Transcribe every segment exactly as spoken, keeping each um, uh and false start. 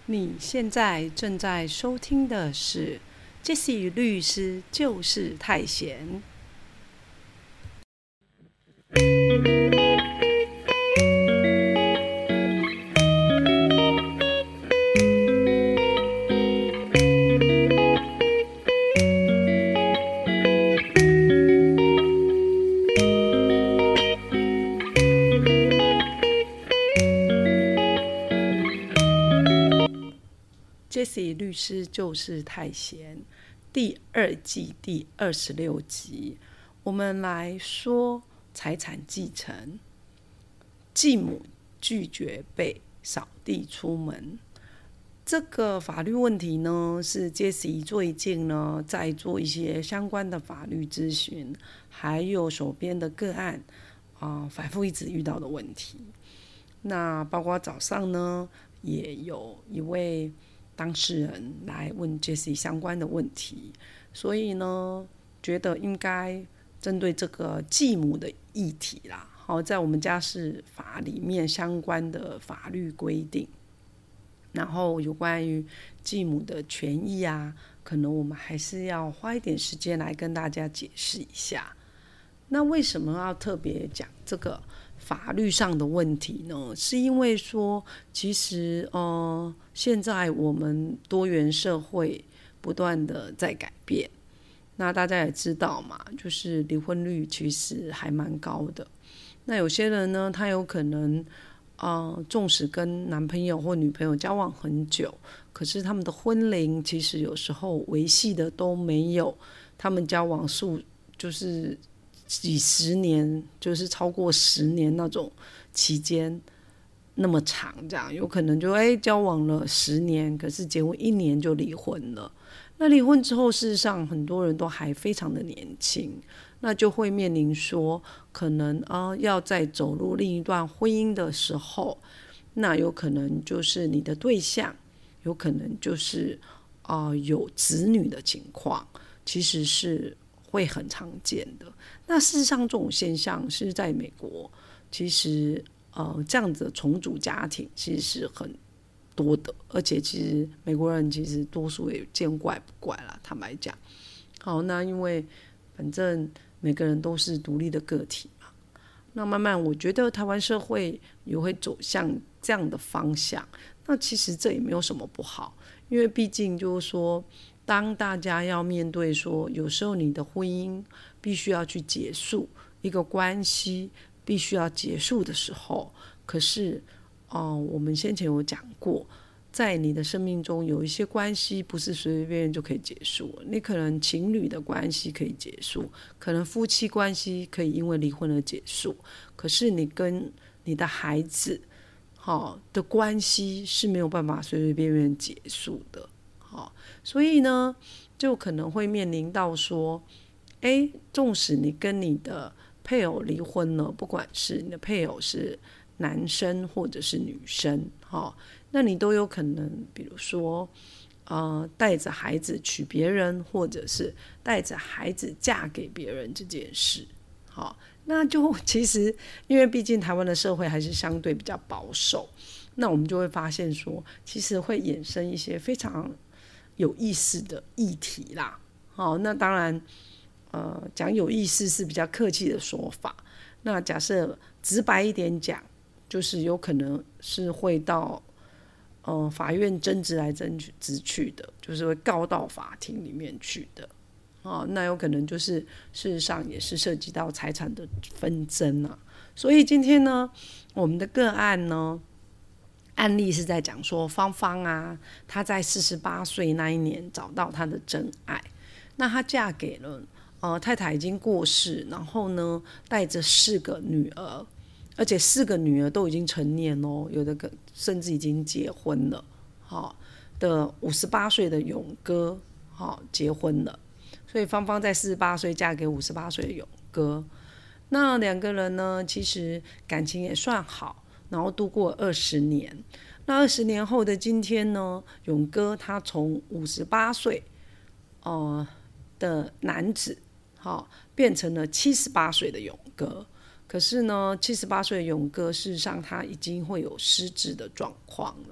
你现在正在收听的是 Jessie 律师就是太闲。Jessie 律师就是太闲第二季第二十六集，我们来说财产继承。继母拒绝被扫地出门，这个法律问题呢，是 Jessie 最近呢在做一些相关的法律咨询，还有手边的个案啊、呃，反复一直遇到的问题。那包括早上呢，也有一位当事人来问 Jessie 相关的问题，所以呢，觉得应该针对这个继母的议题啦，好，在我们家事法里面相关的法律规定，然后有关于继母的权益啊，可能我们还是要花一点时间来跟大家解释一下。那为什么要特别讲这个法律上的问题呢？是因为说，其实呃，现在我们多元社会不断的在改变，那大家也知道嘛，就是离婚率其实还蛮高的。那有些人呢，他有可能呃，纵使跟男朋友或女朋友交往很久，可是他们的婚龄其实有时候维系的都没有他们交往数就是几十年，就是超过十年那种期间那么长，这样有可能就哎交往了十年，可是结婚一年就离婚了。那离婚之后，事实上很多人都还非常的年轻，那就会面临说，可能啊要在走入另一段婚姻的时候，那有可能就是你的对象，有可能就是啊、呃、有子女的情况，其实是会很常见的。那事实上，这种现象是在美国，其实呃这样子的重组家庭其实是很多的，而且其实美国人其实多数也见怪不怪啦，坦白讲。好，那因为反正每个人都是独立的个体嘛，那慢慢我觉得台湾社会也会走向这样的方向。那其实这也没有什么不好，因为毕竟就是说，当大家要面对说，有时候你的婚姻必须要去结束，一个关系必须要结束的时候，可是，哦、呃，我们先前有讲过，在你的生命中有一些关系不是随随便便就可以结束，你可能情侣的关系可以结束，可能夫妻关系可以因为离婚而结束，可是你跟你的孩子，哦、的关系是没有办法随随便便结束的。哦、所以呢，就可能会面临到说，哎，纵使你跟你的配偶离婚了，不管是你的配偶是男生或者是女生，哦、那你都有可能，比如说，呃，带着孩子娶别人，或者是带着孩子嫁给别人这件事，好、哦，那就其实因为毕竟台湾的社会还是相对比较保守，那我们就会发现说，其实会衍生一些非常有意思的议题啦。好、哦，那当然，呃，讲有意思是比较客气的说法。那假设直白一点讲，就是有可能是会到呃法院争执来争执去的，就是会告到法庭里面去的。哦，那有可能就是事实上也是涉及到财产的纷争啊。所以今天呢，我们的个案呢，案例是在讲说芳芳啊，她在四十八岁那一年找到她的真爱，那她嫁给了呃太太已经过世，然后呢带着四个女儿，而且四个女儿都已经成年哦，有的甚至已经结婚了，好、哦、的五十八岁的勇哥，好、哦、结婚了。所以芳芳在四十八岁嫁给五十八岁的勇哥，那两个人呢，其实感情也算好，然后度过二十年。那二十年后的今天呢，勇哥他从五十八岁，呃的男子，好、哦、变成了七十八岁的勇哥。可是呢，七十八岁的勇哥，事实上他已经会有失智的状况了。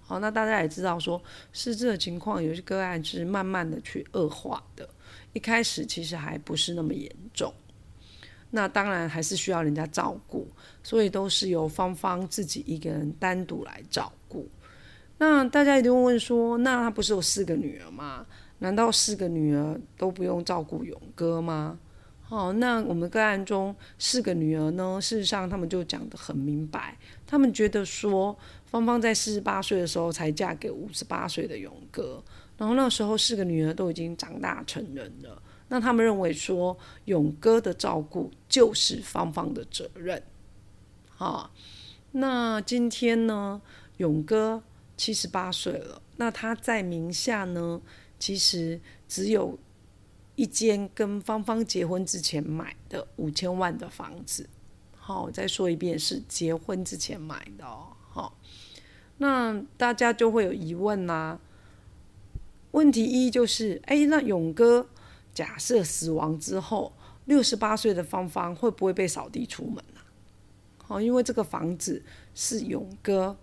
好，那大家也知道说，失智的情况有些个案是慢慢的去恶化的，一开始其实还不是那么严重。那当然还是需要人家照顾，所以都是由芳芳自己一个人单独来照顾。那大家一定会问说，那他不是有四个女儿吗？难道四个女儿都不用照顾勇哥吗？好，那我们个案中四个女儿呢，事实上他们就讲得很明白，他们觉得说芳芳在四十八岁的时候才嫁给五十八岁的勇哥，然后那时候四个女儿都已经长大成人了，那他们认为说勇哥的照顾就是芳芳的责任。好，那今天呢，勇哥七十八岁了，那他在名下呢，其实只有一间跟芳芳结婚之前买的五千万的房子。好，我再说一遍，是结婚之前买的哦。好，那大家就会有疑问啦、啊。问题一就是，哎，那勇哥假设死亡之后，六十八岁的芳芳会不会被扫地出门啊？好，因为这个房子是勇哥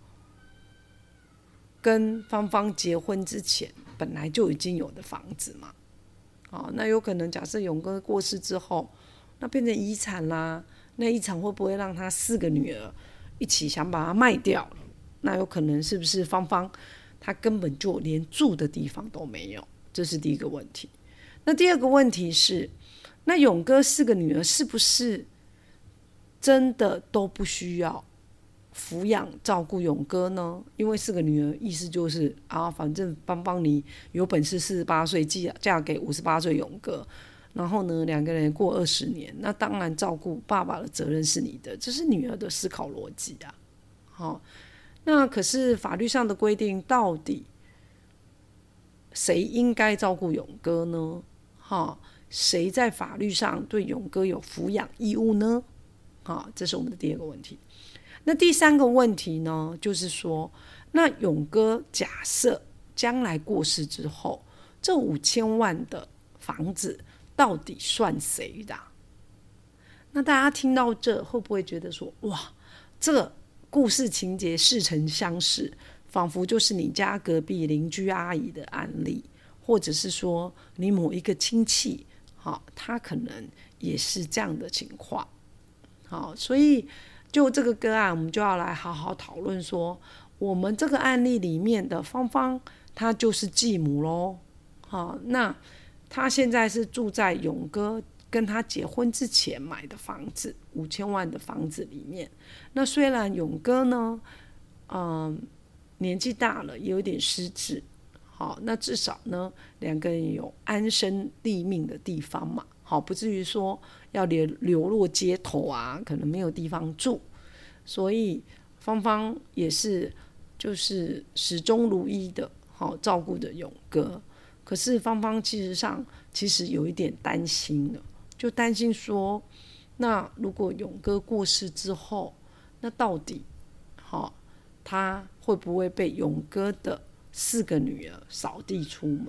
跟芳芳结婚之前本来就已经有的房子嘛。好，那有可能假设勇哥过世之后，那变成遗产啦，那遗产会不会让他四个女儿一起想把它卖掉了？那有可能是不是芳芳她根本就连住的地方都没有？这是第一个问题。那第二个问题是，那勇哥四个女儿是不是真的都不需要抚养照顾勇哥呢？因为四个女儿意思就是啊，反正芳芳你有本事四十八岁嫁给五十八岁勇哥，然后呢两个人过二十年，那当然照顾爸爸的责任是你的，这是女儿的思考逻辑啊。好，那可是法律上的规定，到底谁应该照顾勇哥呢？哈，谁在法律上对勇哥有抚养义务呢？好，这是我们的第二个问题。那第三个问题呢，就是说，那勇哥假设将来过世之后，这五千万的房子到底算谁的？那大家听到这，会不会觉得说，哇，这个故事情节似曾相识，仿佛就是你家隔壁邻居阿姨的案例，或者是说你某一个亲戚，好，他可能也是这样的情况。好，所以就这个个案，我们就要来好好讨论说，我们这个案例里面的芳芳，她就是继母咯。好，那她现在是住在勇哥跟他结婚之前买的房子，五千万的房子里面。那虽然勇哥呢，嗯，年纪大了，也有点失智，好，那至少呢，两个人有安身立命的地方嘛，好，不至于说要流流落街头啊，可能没有地方住。所以芳芳也是就是始终如一的，好照顾着勇哥。可是芳芳其实上其实有一点担心了，就担心说，那如果勇哥过世之后，那到底好他会不会被勇哥的四个女儿扫地出门？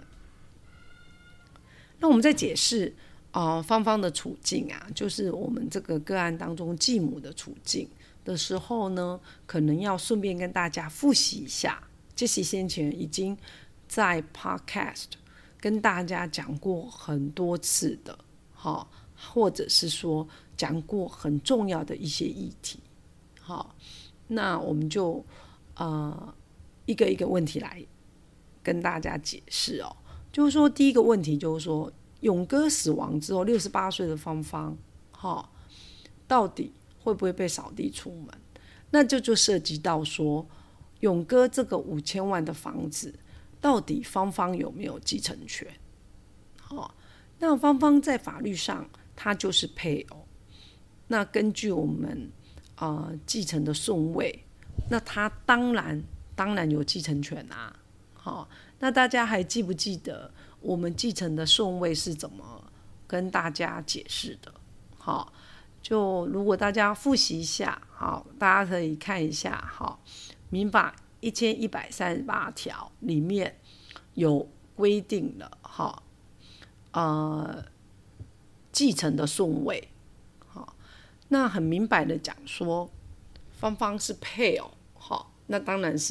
那我们在解释呃芳芳的处境啊，就是我们这个个案当中继母的处境的时候呢，可能要顺便跟大家复习一下，这些先前已经在 podcast 跟大家讲过很多次的，好，或者是说讲过很重要的一些议题。好，那我们就呃一个一个问题来跟大家解释哦。就是说，第一个问题就是说，勇哥死亡之后，六十八岁的芳芳，好，到底会不会被扫地出门？那这 就, 就涉及到说，勇哥这个五千万的房子，到底芳芳有没有继承权？好，那芳芳在法律上，她就是配偶。那根据我们呃继承的顺位，那她当然当然有继承权啊。好，那大家还记不记得我们继承的顺位是怎么跟大家解释的？好，就如果大家复习一下，好，大家可以看一下，好，民法一千一百三十八条里面有规定了，好，呃，继承的顺位，好，那很明白的讲说，芳芳是配偶，好，那当然是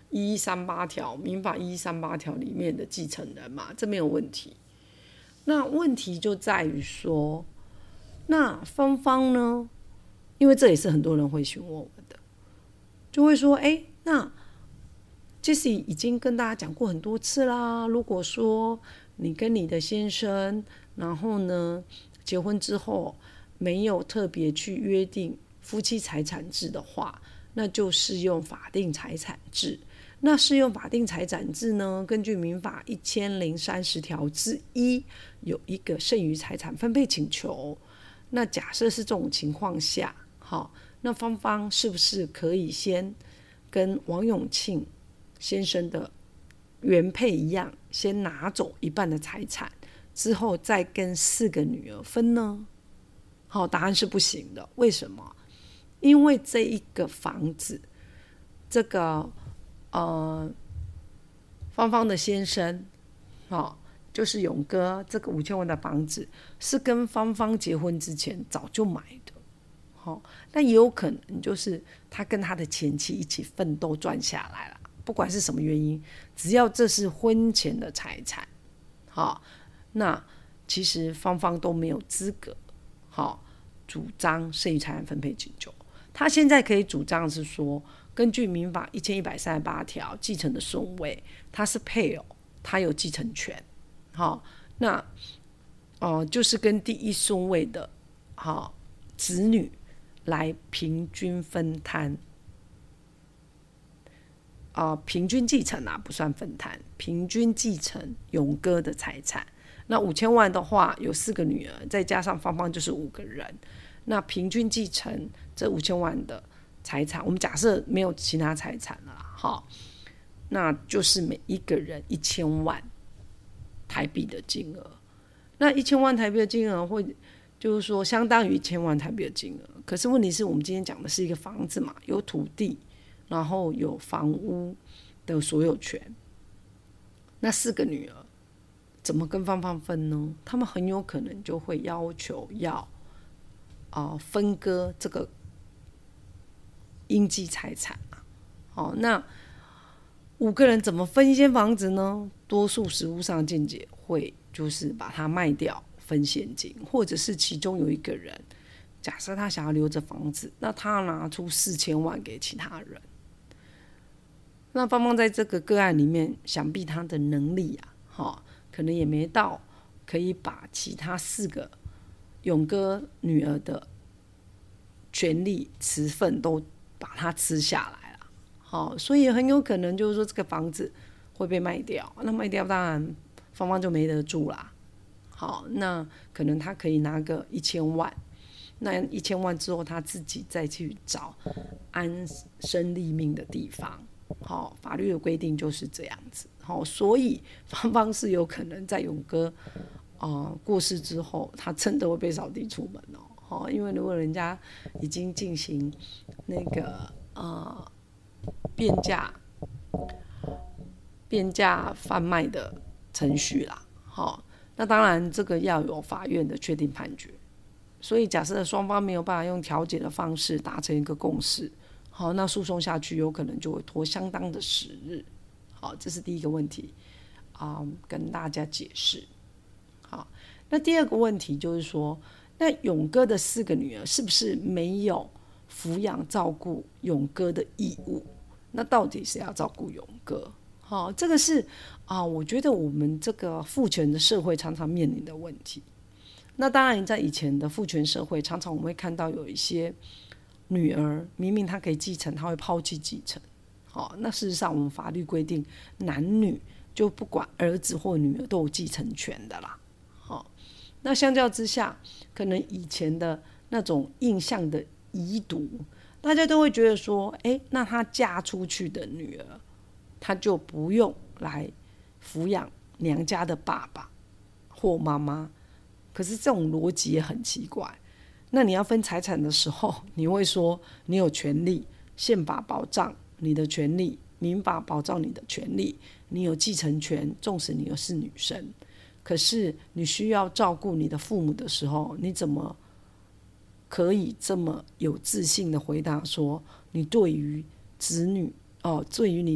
一一三八条民法一一三八条里面的继承人嘛，这没有问题。那问题就在于说，那芳芳呢？因为这也是很多人会询问我的，就会说：哎，那 Jessie 已经跟大家讲过很多次啦。如果说你跟你的先生，然后呢结婚之后没有特别去约定夫妻财产制的话，那就适用法定财产制。那适用法定财产制呢，根据民法一千零三十条之一，有一个剩余财产分配请求。那假设是这种情况下，好，那芳芳是不是可以先跟王永庆先生的原配一样，先拿走一半的财产，之后再跟四个女儿分呢？好，答案是不行的。为什么？因为这一个房子，这个呃芳芳的先生，哦，就是勇哥这个五千万的房子是跟芳芳结婚之前早就买的，哦，那也有可能就是他跟他的前妻一起奋斗赚下来了，不管是什么原因，只要这是婚前的财产，哦，那其实芳芳都没有资格，哦，主张剩余财产分配请求。他现在可以主张是说，根据民法一千一百三十八条继承的顺位，他是配偶，他有继承权，好，那呃就是跟第一顺位的好子女来平均分摊，啊、呃、平均继承啊，不算分摊，平均继承勇哥的财产。那五千万的话，有四个女儿，再加上芳芳就是五个人。那平均继承这五千万的财产，我们假设没有其他财产了，好，那就是每一个人一千万台币的金额。那一千万台币的金额会就是说相当于一千万台币的金额。可是问题是我们今天讲的是一个房子嘛，有土地，然后有房屋的所有权。那四个女儿怎么跟芳芳分呢？他们很有可能就会要求要呃、分割这个应继财产嘛，哦，那五个人怎么分一间房子呢？多数实务上见解会就是把它卖掉分现金，或者是其中有一个人，假设他想要留着房子，那他拿出四千万给其他人。那芳芳在这个个案里面，想必他的能力啊，哦，可能也没到可以把其他四个勇哥女儿的权利持份都把它吃下来了，好，所以很有可能就是说这个房子会被卖掉，那卖掉当然芳芳就没得住啦。好，那可能他可以拿个一千万，那一千万之后他自己再去找安身立命的地方。好，法律的规定就是这样子。好，所以芳芳是有可能在勇哥呃、过世之后，他真的会被扫地出门哦。哦，因为如果人家已经进行那个呃变价变价贩卖的程序啦，好，哦，那当然这个要有法院的确定判决。所以假设双方没有办法用调解的方式达成一个共识，好，那诉讼下去有可能就会拖相当的时日。好，这是第一个问题啊，嗯，跟大家解释。好，那第二个问题就是说，那勇哥的四个女儿是不是没有抚养照顾勇哥的义务？那到底谁要照顾勇哥？好，这个是啊，我觉得我们这个父权的社会常常面临的问题。那当然，在以前的父权社会，常常我们会看到有一些女儿明明她可以继承，她会抛弃继承。好，那事实上我们法律规定，男女就不管儿子或女儿都有继承权的啦。那相较之下，可能以前的那种印象的遗毒，大家都会觉得说，哎，那她嫁出去的女儿，她就不用来抚养娘家的爸爸或妈妈。可是这种逻辑也很奇怪。那你要分财产的时候，你会说你有权利，宪法保障你的权利，民法保障你的权利，你有继承权，纵使你又是女生。可是你需要照顾你的父母的时候，你怎么可以这么有自信的回答说，你对于子女哦，对于你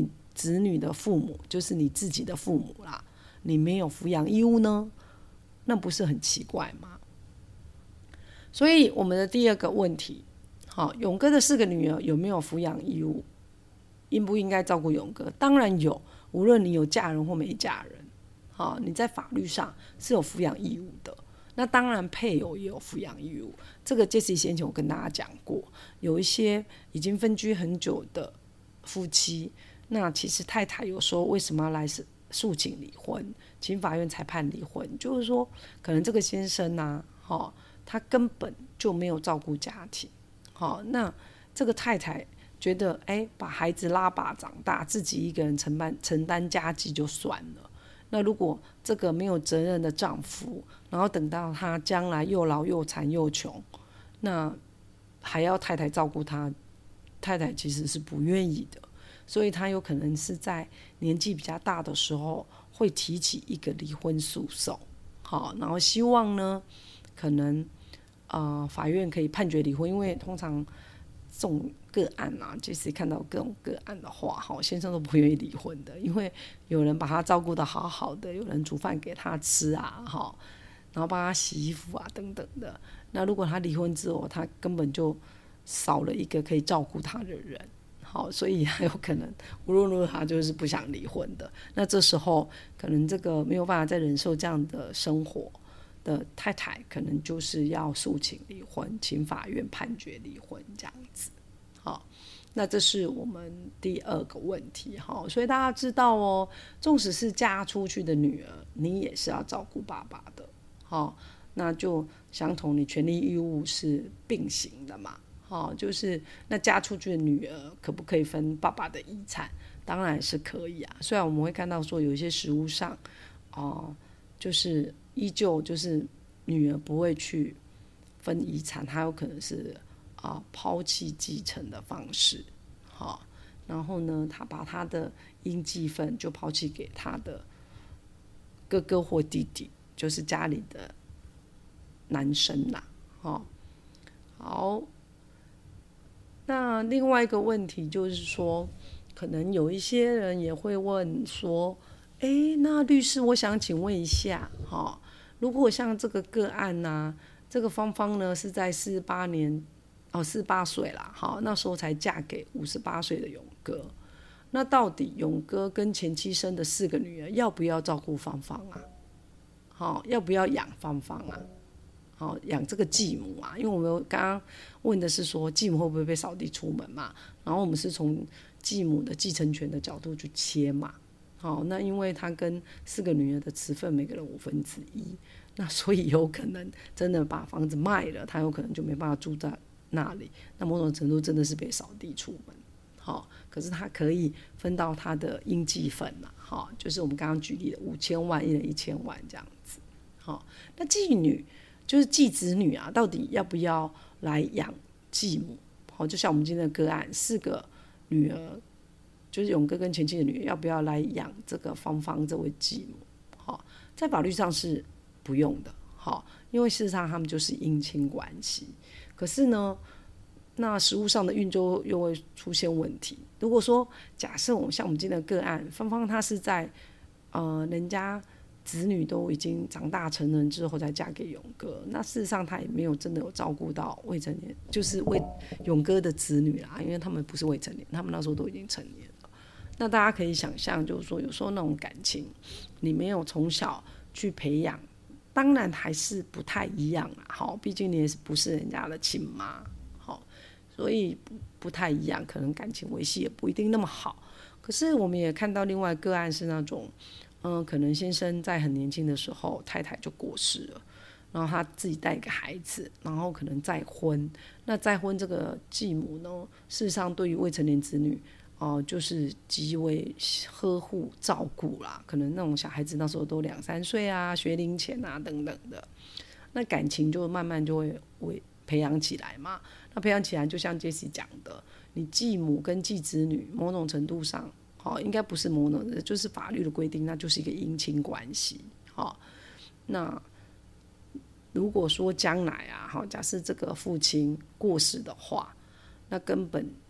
子女的父母，就是你自己的父母啦，你没有抚养义务呢？那不是很奇怪吗？所以我们的第二个问题，好，勇哥的四个女儿有没有抚养义务？应不应该照顾勇哥？当然有，无论你有嫁人或没嫁人，好，你在法律上是有抚养义务的。那当然配偶也有抚养义务，这个 Jessie 先前我跟大家讲过，有一些已经分居很久的夫妻，那其实太太有说为什么要来诉请离婚，请法院裁判离婚，就是说可能这个先生啊，哦，他根本就没有照顾家庭，哦，那这个太太觉得，哎，把孩子拉拔长大，自己一个人承担承担家计就算了。那如果这个没有责任的丈夫，然后等到他将来又老又残又穷，那还要太太照顾他，太太其实是不愿意的，所以他有可能是在年纪比较大的时候会提起一个离婚诉讼，好，然后希望呢，可能呃法院可以判决离婚，因为通常这种个案啊，就是看到各种个案的话，先生都不愿意离婚的，因为有人把他照顾得好好的，有人煮饭给他吃啊，然后帮他洗衣服啊等等的。那如果他离婚之后，他根本就少了一个可以照顾他的人，好，所以还有可能无论如何他就是不想离婚的。那这时候可能这个没有办法再忍受这样的生活的太太，可能就是要诉请离婚，请法院判决离婚这样子。好，那这是我们第二个问题。好，所以大家知道哦，纵使是嫁出去的女儿，你也是要照顾爸爸的。好，那就相同，你权利义务是并行的嘛。好，就是那嫁出去的女儿可不可以分爸爸的遗产？当然是可以啊。虽然我们会看到说有一些实务上，哦、呃，就是依旧就是女儿不会去分遗产，她有可能是啊、呃、抛弃继承的方式，好，然后呢，她把她的应继分就抛弃给她的哥哥或弟弟，就是家里的男生啦，哦，好。那另外一个问题就是说，可能有一些人也会问说，哎，那律师，我想请问一下，哈，如果像这个个案呢、啊，这个芳芳呢是在四十八年，哦，四十八岁啦，好，那时候才嫁给五十八岁的勇哥，那到底勇哥跟前妻生的四个女儿要不要照顾芳芳啊？好，要不要养芳芳啊？好，养这个继母啊，因为我们刚刚问的是说继母会不会被扫地出门嘛，然后我们是从继母的继承权的角度去切嘛。好，那因为他跟四个女儿的持份每个人五分之一，那所以有可能真的把房子卖了，他有可能就没办法住在那里，那某种程度真的是被扫地出门。好，可是他可以分到他的应继分啦，好，就是我们刚刚举例的五千万，一人一千万这样子。好，那继女就是继子女啊，到底要不要来养继母？好，就像我们今天的个案，四个女儿，就是勇哥跟前妻的女儿，要不要来养这个芳芳这位继母？好，在法律上是不用的，好，因为事实上他们就是姻亲关系。可是呢，那实务上的运作又会出现问题。如果说假设我们像我们今天的个案，芳芳她是在呃人家子女都已经长大成人之后才嫁给勇哥，那事实上她也没有真的有照顾到未成年，就是为勇哥的子女啦，因为他们不是未成年，他们那时候都已经成年了。那大家可以想象，就是说有时候那种感情，你没有从小去培养，当然还是不太一样啦。好，毕竟你也不是人家的亲妈，好，所以不太一样，可能感情维系也不一定那么好。可是我们也看到另外个案是那种。嗯，可能先生在很年轻的时候，太太就过世了，然后他自己带一个孩子，然后可能再婚。那再婚这个继母呢，事实上对于未成年子女，哦、呃，就是极为呵护照顾啦。可能那种小孩子那时候都两三岁啊，学龄前啊等等的，那感情就慢慢就会会培养起来嘛。那培养起来，就像 Jessie 讲的，你继母跟继子女某种程度上。好，应该不是某种，就是法律的规定，那就是一个姻亲关系。好，那如果说将来啊，好，假设这个父亲过世的话，那根本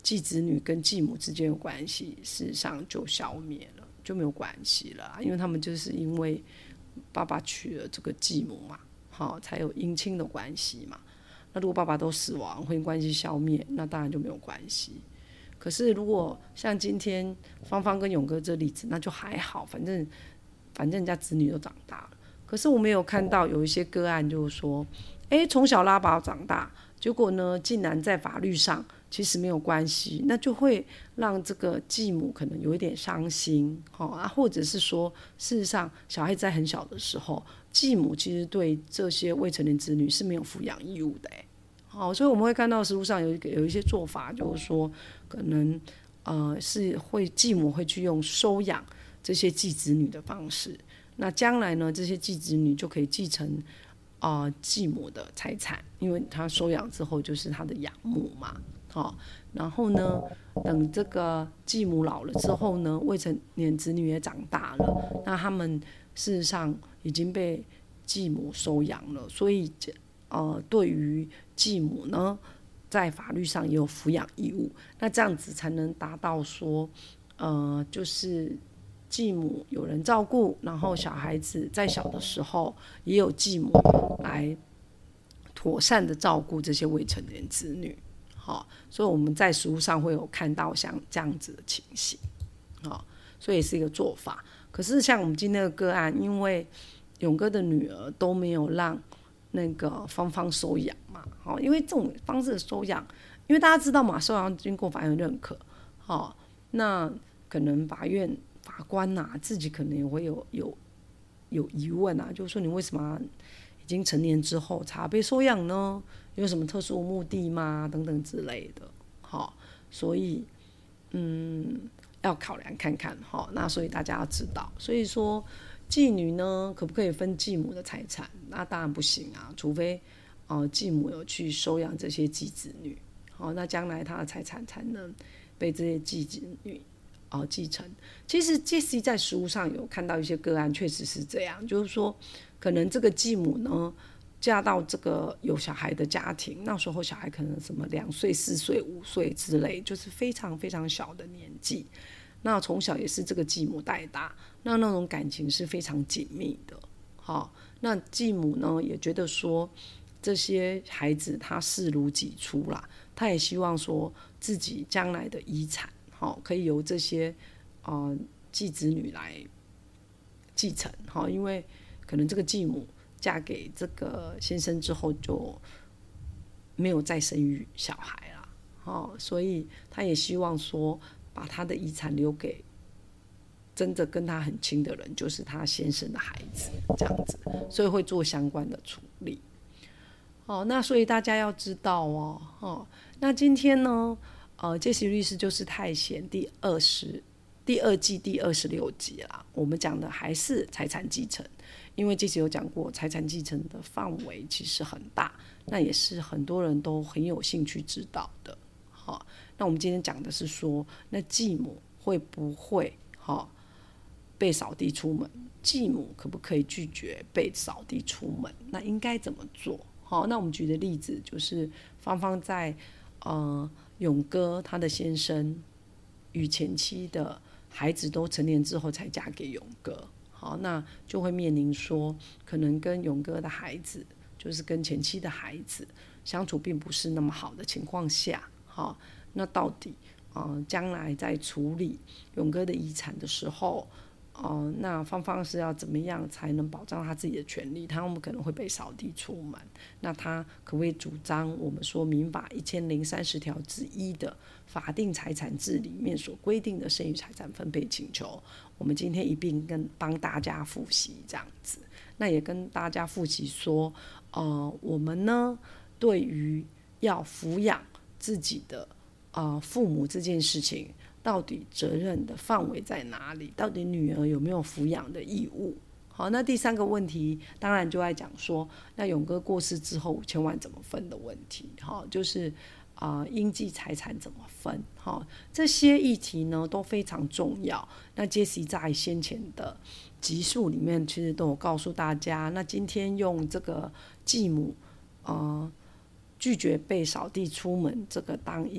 继子女跟继母之间的关系事实上就消灭了，就没有关系了，因为他们就是因为爸爸娶了这个继母嘛，好，才有姻亲的关系嘛。那如果爸爸都死亡，婚姻关系消灭，那当然就没有关系。可是如果像今天芳芳跟勇哥这例子，那就还好，反正反正人家子女都长大了。可是我们有看到有一些个案，就是说，哎，从小拉拔长大，结果呢，竟然在法律上其实没有关系，那就会让这个继母可能有一点伤心，哦啊，或者是说，事实上小孩在很小的时候，继母其实对这些未成年子女是没有抚养义务的，哎。好，所以我们会看到实务上有一个有一些做法，就是说，可能呃是会继母会去用收养这些继子女的方式，那将来呢，这些继子女就可以继承啊、呃、继母的财产，因为他收养之后就是他的养母嘛，好、哦，然后呢，等这个继母老了之后呢，未成年子女也长大了，那他们事实上已经被继母收养了，所以呃，对于继母呢，在法律上也有抚养义务，那这样子才能达到说，呃，就是继母有人照顾，然后小孩子在小的时候也有继母来妥善的照顾这些未成年子女，好，所以我们在实务上会有看到像这样子的情形，好，所以也是一个做法。可是像我们今天的个案，因为勇哥的女儿都没有让那个芳芳收养嘛，好，因为这种方式的收养，因为大家知道嘛，收养经过法院认可，好，那可能法院法官呐、啊、自己可能也会有有有疑问啊，就是说你为什么已经成年之后才被收养呢？有什么特殊目的吗？等等之类的，好，所以嗯要考量看看，好，那所以大家要知道，所以说。继女呢，可不可以分继母的财产？那当然不行啊，除非呃继母有去收养这些继子女，好、哦，那将来他的财产才能被这些继子女哦继承。其实 J C 在实务上有看到一些个案，确实是这样，就是说可能这个继母呢嫁到这个有小孩的家庭，那时候小孩可能什么两岁、四岁、五岁之类，就是非常非常小的年纪。那从小也是这个继母带大，那那种感情是非常紧密的。好，那继母呢也觉得说这些孩子他视如己出啦，他也希望说自己将来的遗产，好，可以由这些呃继子女来继承。好，因为可能这个继母嫁给这个先生之后就没有再生育小孩啦，好，所以他也希望说。把他的遗产留给真的跟他很亲的人，就是他先生的孩子，这样子，所以会做相关的处理。哦，那所以大家要知道哦，哦，那今天呢，呃，杰西律师就是太闲第二十第二季第二十六集啦。我们讲的还是财产继承，因为杰西有讲过，财产继承的范围其实很大，那也是很多人都很有兴趣知道的。好、哦，那我们今天讲的是说，那继母会不会哈、哦、被扫地出门？继母可不可以拒绝被扫地出门？那应该怎么做？好、哦，那我们举的例子就是芳芳在呃勇哥他的先生与前妻的孩子都成年之后才嫁给勇哥，好，那就会面临说，可能跟勇哥的孩子，就是跟前妻的孩子相处并不是那么好的情况下。好，那到底呃将来在处理勇哥的遗产的时候，呃那芳芳是要怎么样才能保障他自己的权利？他们可能会被扫地出门，那他可不可以主张我们说民法一千零三十条之一的法定财产制里面所规定的剩余财产分配请求？我们今天一并跟帮大家复习这样子，那也跟大家复习说，呃我们呢对于要抚养自己的呃父母这件事情，到底责任的范围在哪里？到底女儿有没有抚养的义务？好，那第三个问题，当然就在讲说，那勇哥过世之后五千万怎么分的问题。好，就是啊、呃，应继财产怎么分？好，这些议题呢都非常重要。那 Jessie 在先前的集数里面其实都有告诉大家。那今天用这个继母呃。拒绝被扫地出门这个当一个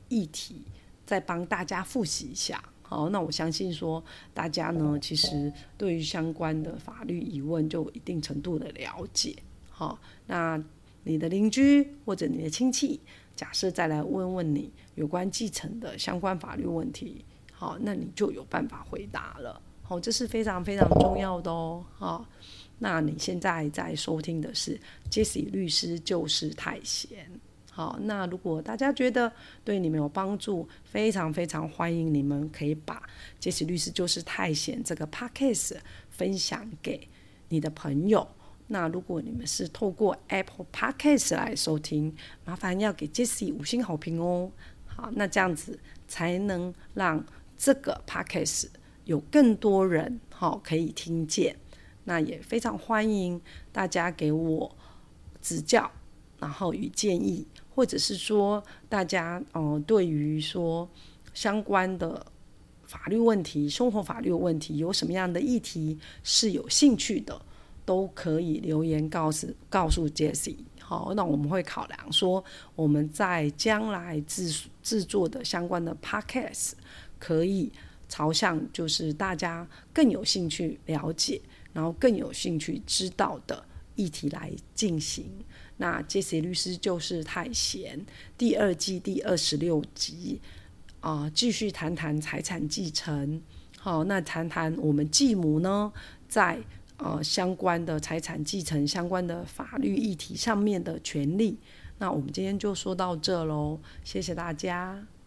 议题再帮大家复习一下。好，那我相信说大家呢，其实对于相关的法律疑问就有一定程度的了解。好，那你的邻居或者你的亲戚，假设再来问问你有关继承的相关法律问题，好，那你就有办法回答了。好，这是非常非常重要的哦。好，那你现在在收听的是 Jessie 律师就是太闲。好，那如果大家觉得对你们有帮助，非常非常欢迎你们可以把 Jessie 律师就是太闲这个 Podcast 分享给你的朋友。那如果你们是透过 Apple Podcast 来收听，麻烦要给 Jessie 五星好评哦。好，那这样子才能让这个 Podcast 有更多人好可以听见。那也非常欢迎大家给我指教，然后与建议，或者是说大家、呃、对于说相关的法律问题、生活法律问题有什么样的议题是有兴趣的，都可以留言告诉告诉 Jessie。 好，那我们会考量说我们在将来制制作的相关的 Podcast 可以朝向就是大家更有兴趣了解，然后更有兴趣知道的议题来进行。那 Jessie 律师就是太闲第二季第二十六集、呃、继续谈谈财产继承。好，那谈谈我们继母呢在、呃、相关的财产继承相关的法律议题上面的权利。那我们今天就说到这咯，谢谢大家。